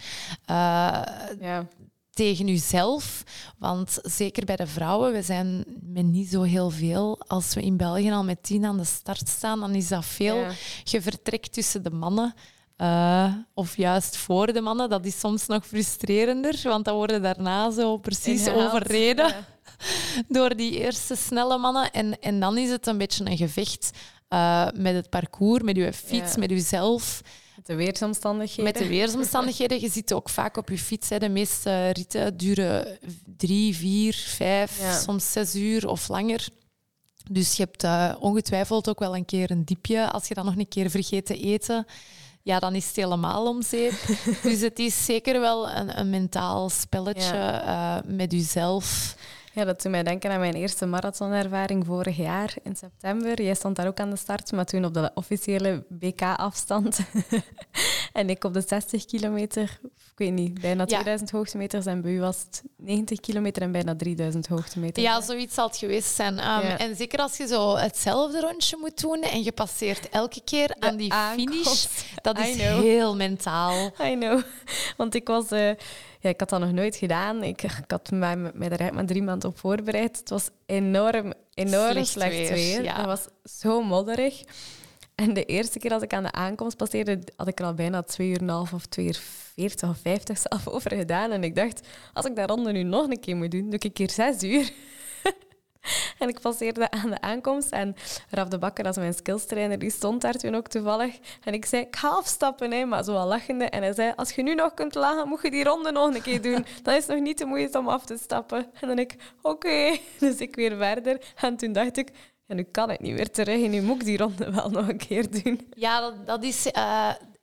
Speaker 2: tegen jezelf. Want zeker bij de vrouwen, we zijn met niet zo heel veel. Als we in België al met 10 aan de start staan, dan is dat veel. Ja. Je vertrekt tussen de mannen. Of juist voor de mannen. Dat is soms nog frustrerender, want dan worden daarna zo precies overreden. Ja. Door die eerste snelle mannen. En dan is het een beetje een gevecht met het parcours, met je fiets, met jezelf.
Speaker 1: Met de weersomstandigheden. Je zit ook vaak op je fiets. Hè. De meeste ritten duren 3, 4, 5, soms 6 uur of langer. Dus je hebt ongetwijfeld ook wel een keer een diepje. Als je dan nog een keer vergeet te eten, dan is het helemaal om zeep. Dus het is zeker wel een mentaal spelletje met jezelf. Ja, dat doet mij denken aan mijn eerste marathonervaring vorig jaar in september. Jij stond daar ook aan de start, maar toen op de officiële BK-afstand. En ik op de 60 kilometer, ik weet niet, bijna 2000 hoogtemeters. En bij u was het 90 kilometer en bijna 3000 hoogtemeters.
Speaker 2: Ja, zoiets zal het geweest zijn. En zeker als je zo hetzelfde rondje moet doen en je passeert elke keer aan die finish, dat is heel mentaal.
Speaker 1: I know. Want ik was... ik had dat nog nooit gedaan. Ik had mij er eigenlijk maar 3 maanden op voorbereid. Het was enorm slecht weer. Ja. Dat was zo modderig. En de eerste keer als ik aan de aankomst passeerde, had ik er al bijna 2,5 uur of 2 uur 40 of 50 zelf over gedaan. En ik dacht, als ik dat ronde nu nog een keer moet doen, doe ik een keer 6 uur. En ik passeerde aan de aankomst en Raf de Bakker, als mijn skillstrainer, die stond daar toen ook toevallig. En ik zei, ik ga afstappen, hè, maar zo wel lachende. En hij zei, als je nu nog kunt lachen, moet je die ronde nog een keer doen. Dan is het nog niet de moeite om af te stappen. En dan ik, oké. Dus ik weer verder. En toen dacht ik, nu kan ik niet meer terug en nu moet ik die ronde wel nog een keer doen.
Speaker 2: Ja, dat is...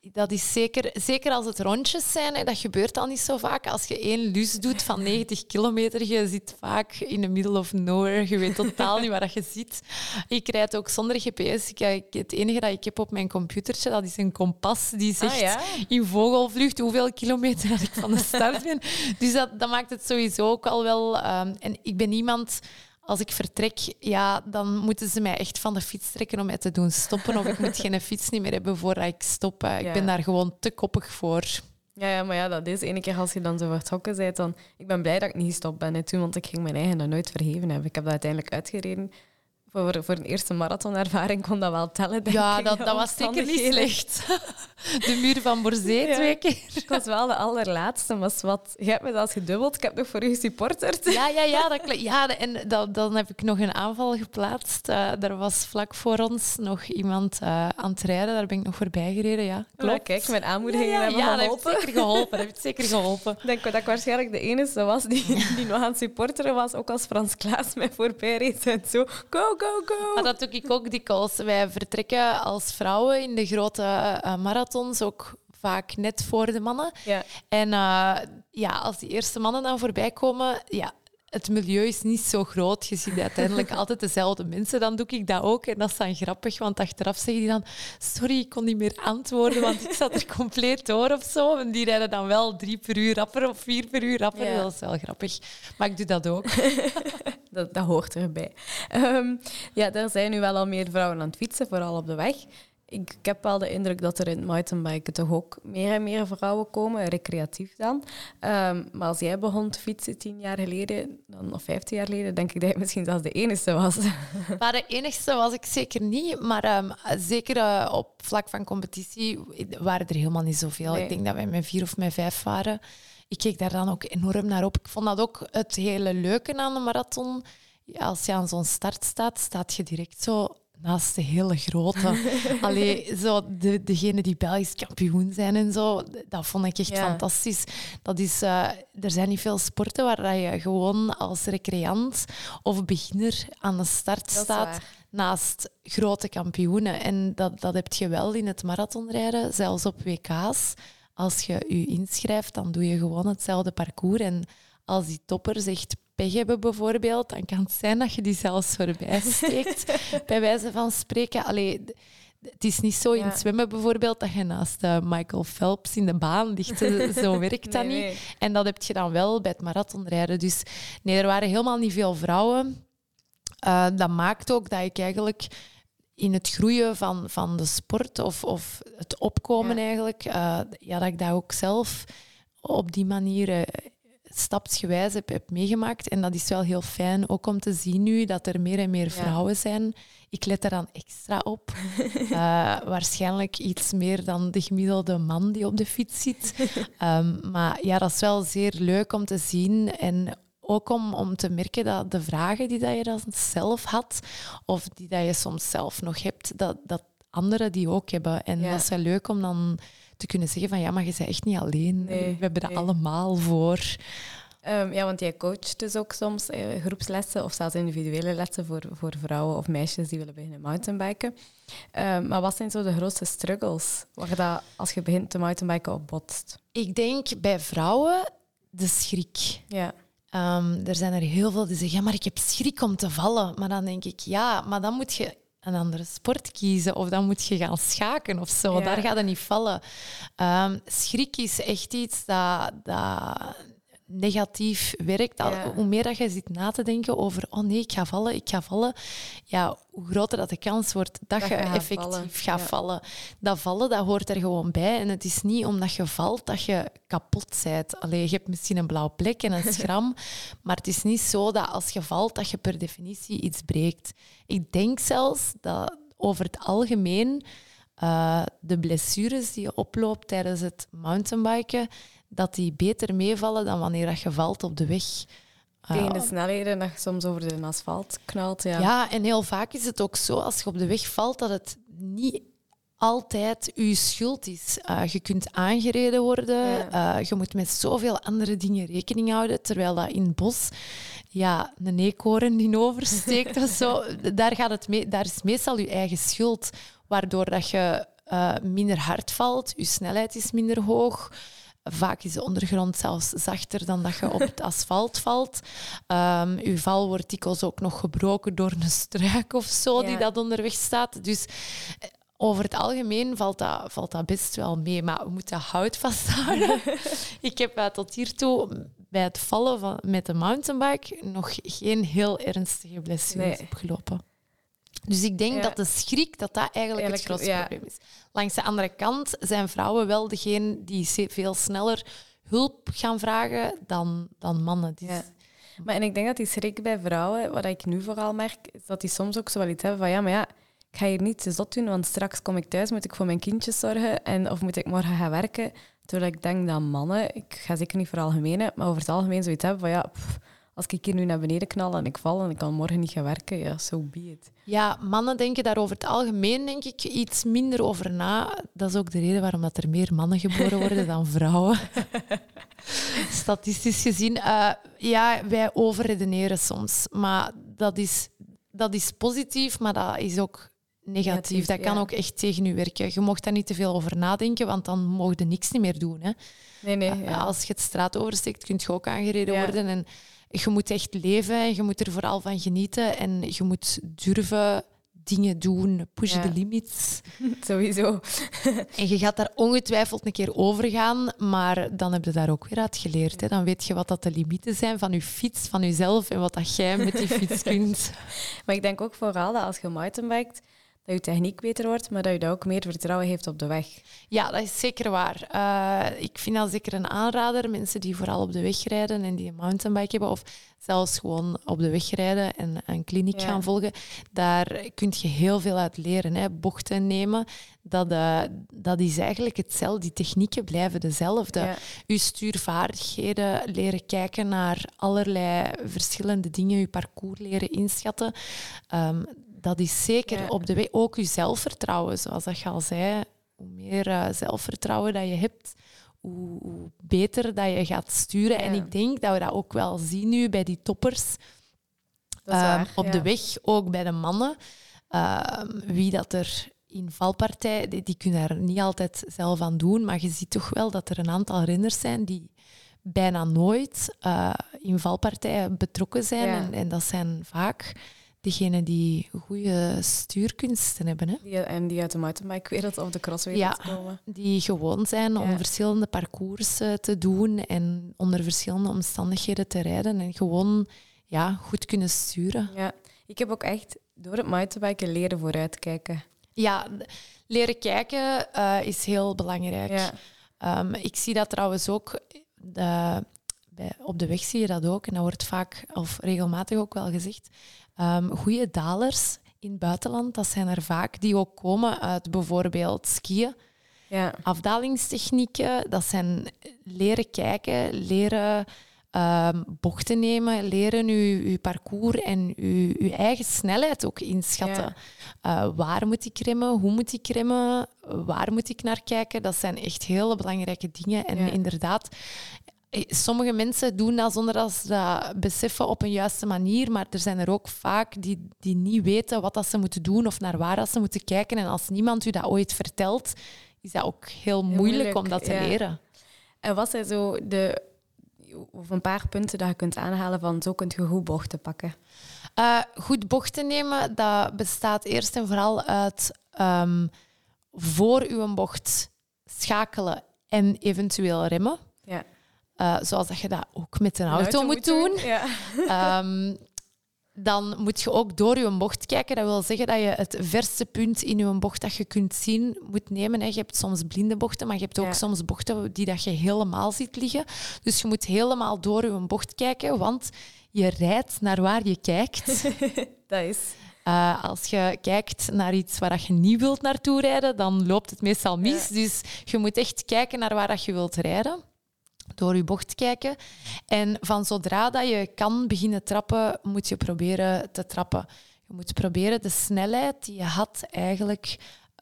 Speaker 2: dat is zeker als het rondjes zijn. Hè, dat gebeurt al niet zo vaak. Als je 1 lus doet van 90 kilometer, je zit vaak in the middle of nowhere. Je weet totaal niet waar dat je zit. Ik rijd ook zonder GPS. Het enige dat ik heb op mijn computertje, dat is een kompas die zegt in vogelvlucht hoeveel kilometer dat ik van de start ben. Dus dat maakt het sowieso ook al wel... en ik ben iemand... Als ik vertrek, dan moeten ze mij echt van de fiets trekken om mij te doen stoppen. Of ik moet geen fiets niet meer hebben voordat ik stop. Ik ben daar gewoon te koppig voor.
Speaker 1: Ja, maar dat is ene keer als je dan zo vertrokken bent, dan... Ik ben blij dat ik niet gestopt ben toen, want ik ging mijn eigen nog nooit vergeven hebben. Ik heb dat uiteindelijk uitgereden. Voor een eerste marathonervaring kon dat wel tellen, denk ik.
Speaker 2: Dat was zeker niet slecht. De muur van Borzee 2 keer.
Speaker 1: Het was wel de allerlaatste, maar wat... Je hebt me dat gedubbeld. Ik heb nog voor u gesupporterd.
Speaker 2: Ja, dat klopt. Ja, en dan heb ik nog een aanval geplaatst. Er was vlak voor ons nog iemand aan het rijden. Daar ben ik nog voorbij gereden, ja. Klopt.
Speaker 1: Ja, kijk, mijn aanmoedigingen hebben geholpen.
Speaker 2: Dat heeft zeker geholpen.
Speaker 1: Ik denk dat ik waarschijnlijk de enige was die nog aan het supporteren was. Ook als Frans Klaas mij voorbij reed en zo. Go, go, go.
Speaker 2: Maar dat doe ik ook dikwijls. Wij vertrekken als vrouwen in de grote marathons ook vaak net voor de mannen.
Speaker 1: Ja.
Speaker 2: En als die eerste mannen dan voorbij komen... Ja, het milieu is niet zo groot. Je ziet uiteindelijk altijd dezelfde mensen. Dan doe ik dat ook. En dat is dan grappig, want achteraf zeggen die dan... Sorry, ik kon niet meer antwoorden, want ik zat er compleet door of zo. En die rijden dan wel 3 per uur rapper of 4 per uur rapper. Ja. Dat is wel grappig. Maar ik doe dat ook.
Speaker 1: Dat hoort erbij. Er zijn nu wel al meer vrouwen aan het fietsen, vooral op de weg. Ik heb wel de indruk dat er in het mountainbiken toch ook meer en meer vrouwen komen, recreatief dan. Maar als jij begon te fietsen 10 jaar geleden, of 15 jaar geleden, denk ik dat je misschien zelfs de enige was.
Speaker 2: Maar de enigste was ik zeker niet. Maar zeker op vlak van competitie waren er helemaal niet zoveel. Nee. Ik denk dat wij met 4 of met 5 waren. Ik keek daar dan ook enorm naar op. Ik vond dat ook het hele leuke aan de marathon. Als je aan zo'n start staat, staat je direct zo naast de hele grote. Allee, zo degene die Belgisch kampioen zijn en zo, dat vond ik echt fantastisch. Dat is, er zijn niet veel sporten waar je gewoon als recreant of beginner aan de start staat naast grote kampioenen. En dat heb je wel in het marathonrijden, zelfs op WK's. Als je je inschrijft, dan doe je gewoon hetzelfde parcours. En als die topper zegt pech hebben bijvoorbeeld, dan kan het zijn dat je die zelfs voorbij steekt, bij wijze van spreken. Allee, het is niet zo in het zwemmen bijvoorbeeld dat je naast Michael Phelps in de baan ligt. Zo werkt dat niet. En dat heb je dan wel bij het marathonrijden. Dus nee, er waren helemaal niet veel vrouwen. Dat maakt ook dat ik eigenlijk in het groeien van de sport of het opkomen eigenlijk, dat ik dat ook zelf op die manier stapsgewijs heb meegemaakt. En dat is wel heel fijn, ook om te zien nu dat er meer en meer vrouwen zijn. Ik let daar dan extra op. Waarschijnlijk iets meer dan de gemiddelde man die op de fiets zit. Maar ja, dat is wel zeer leuk om te zien. En ook om te merken dat de vragen die dat je dan zelf had, of die dat je soms zelf nog hebt, dat anderen die ook hebben. En dat is wel leuk om dan te kunnen zeggen van ja, maar je bent echt niet alleen. We hebben dat allemaal voor.
Speaker 1: Want jij coacht dus ook soms groepslessen of zelfs individuele lessen voor vrouwen of meisjes die willen beginnen mountainbiken. Maar wat zijn zo de grootste struggles waar dat als je begint te mountainbiken op botst?
Speaker 2: Ik denk bij vrouwen de schrik.
Speaker 1: Ja.
Speaker 2: Er zijn er heel veel die zeggen, ja, maar ik heb schrik om te vallen. Maar dan denk ik, ja, maar dan moet je een andere sport kiezen of dan moet je gaan schaken of zo. Ja. Daar gaat het niet vallen. Schrik is echt iets dat negatief werkt. Ja. Hoe meer dat je zit na te denken over oh nee, ik ga vallen, ja, hoe groter dat de kans wordt dat je effectief gaat vallen. Dat vallen, dat hoort er gewoon bij. En het is niet omdat je valt dat je kapot bent. Allee, je hebt misschien een blauwe plek en een schram, maar het is niet zo dat als je valt, dat je per definitie iets breekt. Ik denk zelfs dat over het algemeen de blessures die je oploopt tijdens het mountainbiken, dat die beter meevallen dan wanneer dat je valt op de weg.
Speaker 1: Tegen de snelheden dat je soms over de asfalt knalt.
Speaker 2: Ja, en heel vaak is het ook zo, als je op de weg valt, dat het niet altijd je schuld is. Je kunt aangereden worden. Je moet met zoveel andere dingen rekening houden. Terwijl dat in het bos een eekhoorn die oversteekt of zo, daar is meestal je eigen schuld. Waardoor dat je minder hard valt, je snelheid is minder hoog. Vaak is de ondergrond zelfs zachter dan dat je op het asfalt valt. Je val wordt dikwijls ook nog gebroken door een struik of zo die dat onderweg staat. Dus over het algemeen valt dat best wel mee. Maar we moeten hout vasthouden. Ik heb tot hiertoe bij het vallen met de mountainbike nog geen heel ernstige blessures opgelopen. Dus ik denk dat de schrik dat eigenlijk het grootste probleem is. Langs de andere kant zijn vrouwen wel degene die veel sneller hulp gaan vragen dan mannen. Dus... Ja.
Speaker 1: En ik denk dat die schrik bij vrouwen, wat ik nu vooral merk, is dat die soms ook zo wel iets hebben van ik ga hier niet te zot doen, want straks kom ik thuis, moet ik voor mijn kindjes zorgen of moet ik morgen gaan werken. Terwijl ik denk dat mannen, ik ga zeker niet voor algemene, maar over het algemeen zoiets hebben van als ik hier nu naar beneden knal en ik val en ik kan morgen niet gaan werken, so be it.
Speaker 2: Ja, mannen denken daar over het algemeen denk ik iets minder over na. Dat is ook de reden waarom dat er meer mannen geboren worden dan vrouwen. Statistisch gezien. Wij overredeneren soms. Maar dat is positief, maar dat is ook negatief. Dat kan ook echt tegen je werken. Je mocht daar niet te veel over nadenken, want dan mocht je niks niet meer doen. Hè. Nee. Als je het straat oversteekt, kun je ook aangereden worden. En je moet echt leven en je moet er vooral van genieten. En je moet durven dingen doen, push the limits.
Speaker 1: Sowieso.
Speaker 2: En je gaat daar ongetwijfeld een keer over gaan, maar dan heb je daar ook weer uit geleerd. Hè. Dan weet je wat dat de limieten zijn van je fiets, van jezelf en wat dat jij met die fiets kunt.
Speaker 1: Maar ik denk ook vooral dat als je mountainbikt, dat je techniek beter wordt, maar dat je daar ook meer vertrouwen heeft op de weg.
Speaker 2: Ja, dat is zeker waar. Ik vind dat zeker een aanrader. Mensen die vooral op de weg rijden en die een mountainbike hebben, of zelfs gewoon op de weg rijden en een kliniek gaan volgen, daar kun je heel veel uit leren. Hè. Bochten nemen, dat is eigenlijk hetzelfde. Die technieken blijven dezelfde. Ja. Je stuurvaardigheden, leren kijken naar allerlei verschillende dingen, je parcours leren inschatten. Dat is zeker op de weg. Ook je zelfvertrouwen, zoals dat je al zei. Hoe meer zelfvertrouwen dat je hebt, hoe beter dat je gaat sturen. Ja. En ik denk dat we dat ook wel zien nu bij die toppers. Op de weg, ook bij de mannen. Wie dat er in valpartij, die kunnen daar niet altijd zelf aan doen, maar je ziet toch wel dat er een aantal renners zijn die bijna nooit in valpartijen betrokken zijn. Ja. En dat zijn vaak degenen die goede stuurkunsten hebben. Hè?
Speaker 1: Die uit de mountainbike-wereld of de crosswereld komen.
Speaker 2: Die gewoon zijn om verschillende parcours te doen en onder verschillende omstandigheden te rijden en gewoon goed kunnen sturen.
Speaker 1: Ja. Ik heb ook echt door het mountainbiken leren vooruitkijken.
Speaker 2: Ja, leren kijken is heel belangrijk. Ja. Ik zie dat trouwens ook... op de weg zie je dat ook, en dat wordt vaak of regelmatig ook wel gezegd. Goede dalers in het buitenland, dat zijn er vaak die ook komen uit bijvoorbeeld skiën. Ja. Afdalingstechnieken, dat zijn leren kijken, leren bochten nemen, leren je parcours en je eigen snelheid ook inschatten. Ja. Waar moet ik remmen? Hoe moet ik remmen? Waar moet ik naar kijken? Dat zijn echt hele belangrijke dingen. En inderdaad... Sommige mensen doen dat zonder dat ze dat beseffen op een juiste manier, maar er zijn er ook vaak die niet weten wat dat ze moeten doen of naar waar dat ze moeten kijken. En als niemand u dat ooit vertelt, is dat ook heel moeilijk om dat te leren.
Speaker 1: En wat zijn zo of een paar punten dat je kunt aanhalen van zo kun je goed bochten pakken?
Speaker 2: Goed bochten nemen, dat bestaat eerst en vooral uit voor uw bocht schakelen en eventueel remmen. Ja. Zoals dat je dat ook met een auto moet doen. Ja. Dan moet je ook door je bocht kijken. Dat wil zeggen dat je het verste punt in je bocht dat je kunt zien moet nemen. Je hebt soms blinde bochten, maar je hebt ook soms bochten die dat je helemaal ziet liggen. Dus je moet helemaal door je bocht kijken, want je rijdt naar waar je kijkt.
Speaker 1: Dat is...
Speaker 2: Als je kijkt naar iets waar je niet wilt naartoe rijden, dan loopt het meestal mis. Ja. Dus je moet echt kijken naar waar je wilt rijden. Door je bocht kijken. En van zodra dat je kan beginnen trappen, moet je proberen te trappen. Je moet proberen de snelheid die je had eigenlijk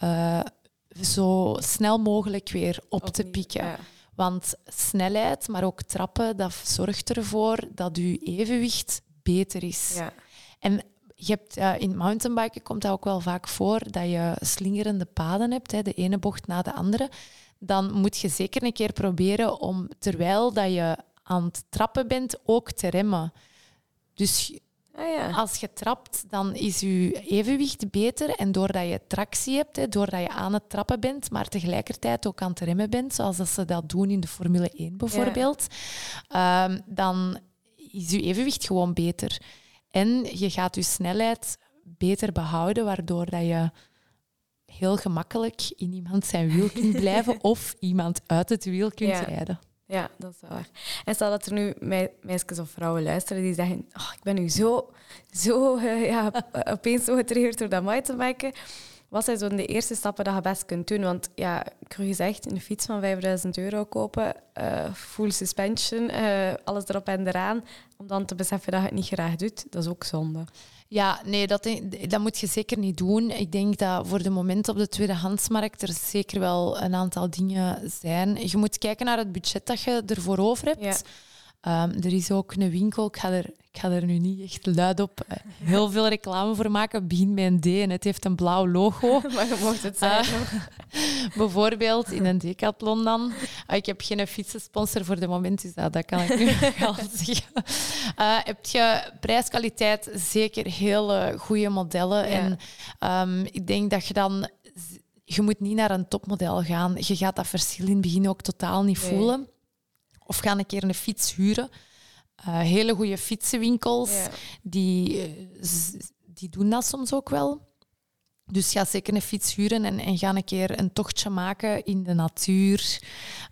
Speaker 2: zo snel mogelijk weer op te pikken. Ja. Want snelheid, maar ook trappen, dat zorgt ervoor dat je evenwicht beter is. Ja. En je hebt, in het mountainbiken komt dat ook wel vaak voor dat je slingerende paden hebt, hè, de ene bocht na de andere. Dan moet je zeker een keer proberen om, terwijl dat je aan het trappen bent, ook te remmen. Dus als je trapt, dan is je evenwicht beter. En doordat je tractie hebt, hè, doordat je aan het trappen bent, maar tegelijkertijd ook aan het remmen bent, zoals dat ze dat doen in de Formule 1 bijvoorbeeld, dan is je evenwicht gewoon beter. En je gaat je snelheid beter behouden, waardoor dat je heel gemakkelijk in iemand zijn wiel kunt blijven of iemand uit het wiel kunt rijden.
Speaker 1: Ja, dat is waar. En stel dat er nu meisjes of vrouwen luisteren die zeggen, ik ben nu opeens zo getriggerd door dat mountainbiken. Wat zijn zo de eerste stappen dat je best kunt doen? Want ja, ik heb gezegd, een fiets van €5.000 kopen, full suspension, alles erop en eraan, om dan te beseffen dat je het niet graag doet, dat is ook zonde.
Speaker 2: Ja, nee, dat moet je zeker niet doen. Ik denk dat voor de moment op de tweedehandsmarkt er zeker wel een aantal dingen zijn. Je moet kijken naar het budget dat je ervoor over hebt.
Speaker 1: Ja.
Speaker 2: Er is ook een winkel, ik ga er nu niet echt luid op heel veel reclame voor maken. Het begint met een D en het heeft een blauw logo.
Speaker 1: Maar je mocht het zeggen.
Speaker 2: Bijvoorbeeld in een Decathlon dan. Ik heb geen fietsensponsor voor de moment, dus dat kan ik nu wel zeggen. Heb je prijskwaliteit, zeker hele goede modellen.
Speaker 1: Ja.
Speaker 2: En ik denk dat je dan... Je moet niet naar een topmodel gaan. Je gaat dat verschil in het begin ook totaal niet voelen. Of ga een keer een fiets huren. Hele goede fietsenwinkels, die doen dat soms ook wel. Dus ga zeker een fiets huren en ga een keer een tochtje maken in de natuur,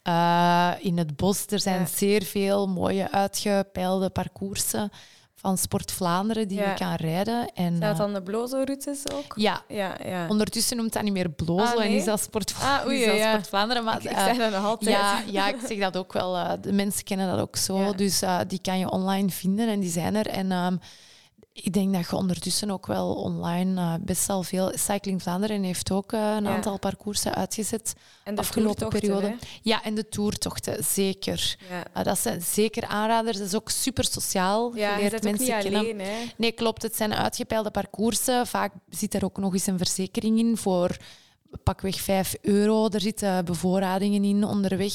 Speaker 2: in het bos. Er zijn zeer veel mooie uitgepeilde parcoursen van Sport Vlaanderen die je kan rijden. En,
Speaker 1: zijn dat dan de Blozo-routes ook?
Speaker 2: Ja. Ondertussen noemt dat niet meer Blozo en is dat Sport Vlaanderen. Maar,
Speaker 1: ik zeg dat nog altijd.
Speaker 2: Ja, ik zeg dat ook wel. De mensen kennen dat ook zo. Ja. Dus die kan je online vinden en die zijn er. En ik denk dat je ondertussen ook wel online best wel veel... Cycling Vlaanderen heeft ook een aantal parcoursen uitgezet
Speaker 1: en de
Speaker 2: afgelopen periode.
Speaker 1: Hè?
Speaker 2: Ja, en de toertochten, zeker. Ja. Dat zijn zeker aanraders. Dat is ook super sociaal.
Speaker 1: Ja, je leert mensen ook niet
Speaker 2: kennen.
Speaker 1: alleen. Hè?
Speaker 2: Nee, klopt. Het zijn uitgepeilde parcoursen. Vaak zit er ook nog eens een verzekering in voor pakweg €5. Er zitten bevoorradingen in onderweg.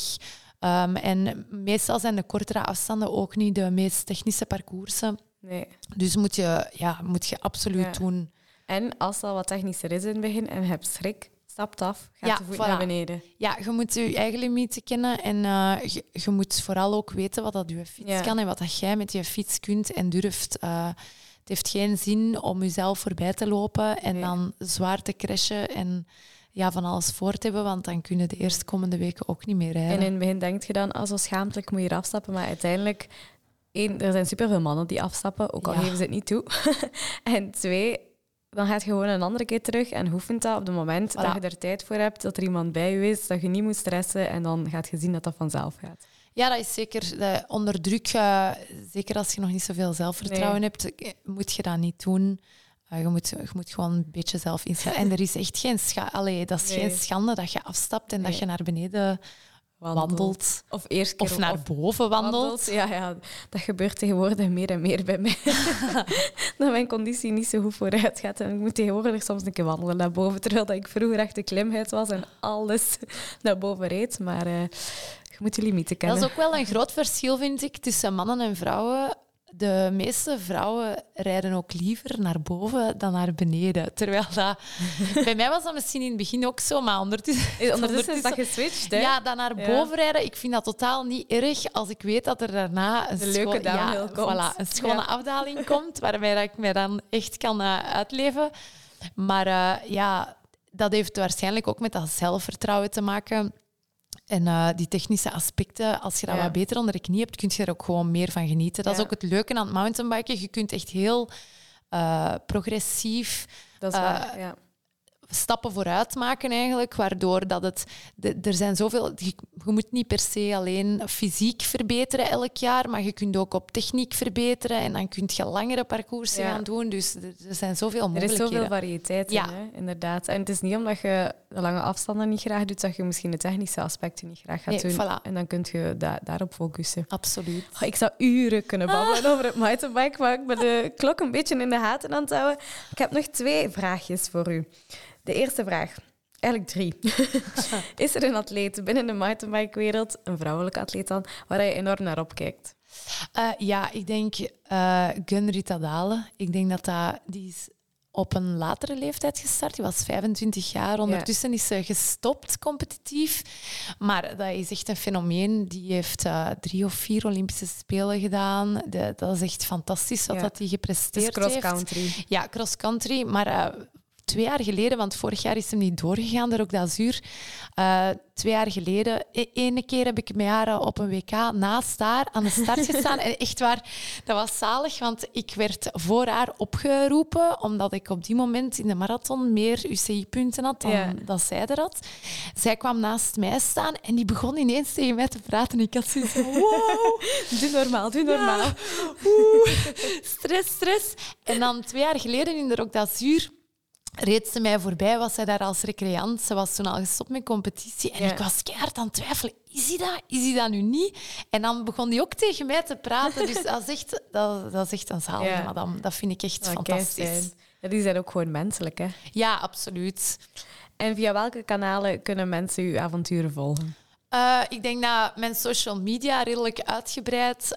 Speaker 2: En meestal zijn de kortere afstanden ook niet de meest technische parcoursen.
Speaker 1: Nee.
Speaker 2: Dus moet je absoluut doen.
Speaker 1: En als het al wat technischer is in het begin en je hebt schrik, stapt af, gaat de voet naar beneden.
Speaker 2: Ja, je moet je eigen limieten kennen en je moet vooral ook weten wat dat je fiets kan en wat dat jij met je fiets kunt en durft. Het heeft geen zin om jezelf voorbij te lopen en dan zwaar te crashen en van alles voor te hebben, want dan kunnen de eerstkomende weken ook niet meer rijden.
Speaker 1: En in het begin denk je dan, zo schaamtelijk moet je hier afstappen, maar uiteindelijk... 1, er zijn superveel mannen die afstappen, ook al geven ze het niet toe. En 2, dan gaat je gewoon een andere keer terug en oefent dat op het moment dat je er tijd voor hebt, dat er iemand bij je is, dat je niet moet stressen en dan gaat je zien dat dat vanzelf gaat.
Speaker 2: Ja, dat is zeker onder druk. Zeker als je nog niet zoveel zelfvertrouwen hebt, moet je dat niet doen. Je moet gewoon een beetje zelf instellen. En er is echt geen geen schande dat je afstapt en dat je naar beneden... wandelt.
Speaker 1: Of eerst keer
Speaker 2: naar boven wandelt.
Speaker 1: Ja, dat gebeurt tegenwoordig meer en meer bij mij. Dat mijn conditie niet zo goed vooruit gaat. En ik moet tegenwoordig soms een keer wandelen naar boven, terwijl ik vroeger echt de klimhuid was en alles naar boven reed. Maar je moet je limieten kennen.
Speaker 2: Dat is ook wel een groot verschil, vind ik, tussen mannen en vrouwen. De meeste vrouwen rijden ook liever naar boven dan naar beneden. Terwijl dat... Bij mij was dat misschien in het begin ook zo, maar ondertussen
Speaker 1: is dat geswitcht, hè?
Speaker 2: Ja, dan naar boven rijden. Ik vind dat totaal niet erg als ik weet dat er daarna een
Speaker 1: leuke downhill komt.
Speaker 2: Voilà, een schone afdaling komt, waarbij ik mij dan echt kan uitleven. Maar dat heeft waarschijnlijk ook met dat zelfvertrouwen te maken. En die technische aspecten, als je dat wat beter onder de knie hebt, kun je er ook gewoon meer van genieten. Dat is ook het leuke aan het mountainbiken. Je kunt echt heel progressief...
Speaker 1: Dat is waar,
Speaker 2: stappen vooruit maken eigenlijk, waardoor dat er zijn zoveel... Je moet niet per se alleen fysiek verbeteren elk jaar, maar je kunt ook op techniek verbeteren en dan kun je langere parcoursen gaan doen. Dus er zijn zoveel mogelijkheden.
Speaker 1: Er is zoveel variëteit in, hè? Inderdaad. En het is niet omdat je de lange afstanden niet graag doet, dat je misschien de technische aspecten niet graag gaat doen.
Speaker 2: Voilà.
Speaker 1: En dan kun je daarop focussen.
Speaker 2: Absoluut.
Speaker 1: Oh, ik zou uren kunnen babbelen over het mountainbike, maar ik ben de klok een beetje in de gaten aan het houden. Ik heb nog 2 vraagjes voor u. De eerste vraag, eigenlijk 3. Is er een atleet binnen de mountainbike-wereld, een vrouwelijke atleet dan, waar je enorm naar opkijkt?
Speaker 2: Ik denk Gun Ritadale. Ik denk die is op een latere leeftijd gestart. Die was 25 jaar. Ondertussen is ze gestopt competitief. Maar dat is echt een fenomeen. Die heeft 3 of 4 Olympische Spelen gedaan. Dat is echt fantastisch wat die gepresteerd heeft.
Speaker 1: Cross-country.
Speaker 2: Ja, cross-country. Maar 2 jaar geleden, want vorig jaar is hem niet doorgegaan, de Roque d'Azur. 2 jaar geleden, ene keer heb ik met haar op een WK naast haar aan de start gestaan. En echt waar, dat was zalig, want ik werd voor haar opgeroepen, omdat ik op die moment in de marathon meer UCI-punten had dan zij er had. Zij kwam naast mij staan en die begon ineens tegen mij te praten. Ik had zoiets van, wow.
Speaker 1: Doe normaal.
Speaker 2: Ja, stress. En dan 2 jaar geleden in de Roque d'Azur reed ze mij voorbij, was zij daar als recreant. Ze was toen al gestopt met competitie. En ik was keihard aan het twijfelen. Is hij dat nu niet? En dan begon hij ook tegen mij te praten. Dus dat is echt een zalige madame. Dat vind ik echt fantastisch.
Speaker 1: Ja, die zijn ook gewoon menselijk, hè?
Speaker 2: Ja, absoluut.
Speaker 1: En via welke kanalen kunnen mensen uw avonturen volgen?
Speaker 2: Ik denk dat mijn social media redelijk uitgebreid,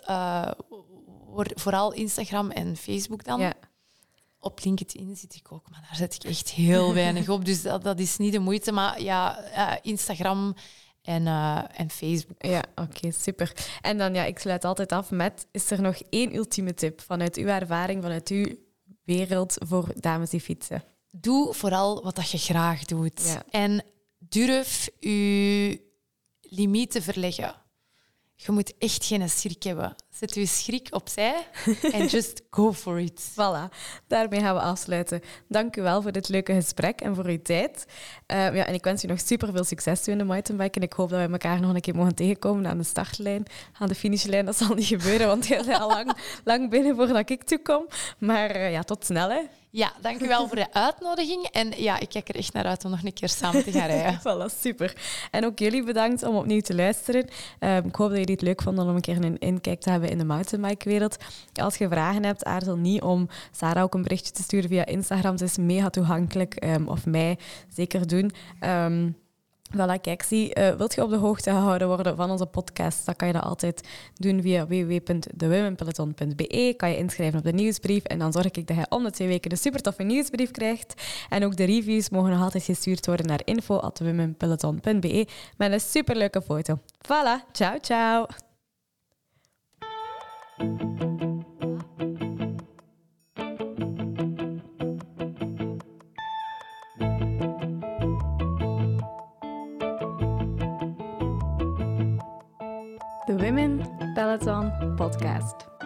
Speaker 2: vooral Instagram en Facebook dan. Ja. Op LinkedIn zit ik ook, maar daar zet ik echt heel weinig op. Dus dat is niet de moeite. Maar Instagram en Facebook.
Speaker 1: Ja, oké, super. En dan, ik sluit altijd af met... Is er nog 1 ultieme tip vanuit uw ervaring, vanuit uw wereld voor dames die fietsen?
Speaker 2: Doe vooral wat dat je graag doet. Ja. En durf je limieten verleggen. Je moet echt geen schrik hebben. Zet je schrik opzij en just go for it.
Speaker 1: Voilà, daarmee gaan we afsluiten. Dank u wel voor dit leuke gesprek en voor uw tijd. En ik wens u nog super veel succes toe in de mountainbike. En ik hoop dat we elkaar nog een keer mogen tegenkomen aan de startlijn. Aan de finishlijn, dat zal niet gebeuren, want je bent al lang binnen voordat ik toekom. Maar tot snel, hè.
Speaker 2: Ja, dank u wel voor de uitnodiging. En ik kijk er echt naar uit om nog een keer samen te gaan rijden.
Speaker 1: Voilà, super. En ook jullie bedankt om opnieuw te luisteren. Ik hoop dat jullie het leuk vonden om een keer een inkijk te hebben in de mountainbike-wereld. Als je vragen hebt, aarzel niet om Sarah ook een berichtje te sturen via Instagram. Ze is mega toegankelijk. Of mij zeker doen. Voilà, kijk, wilt je op de hoogte gehouden worden van onze podcast, dan kan je dat altijd doen via www.thewomenpeloton.be. Kan je inschrijven op de nieuwsbrief en dan zorg ik dat je om de 2 weken de super toffe nieuwsbrief krijgt. En ook de reviews mogen nog altijd gestuurd worden naar info@thewomenpeloton.be met een superleuke foto. Voilà, ciao, ciao! The Women Peloton Podcast.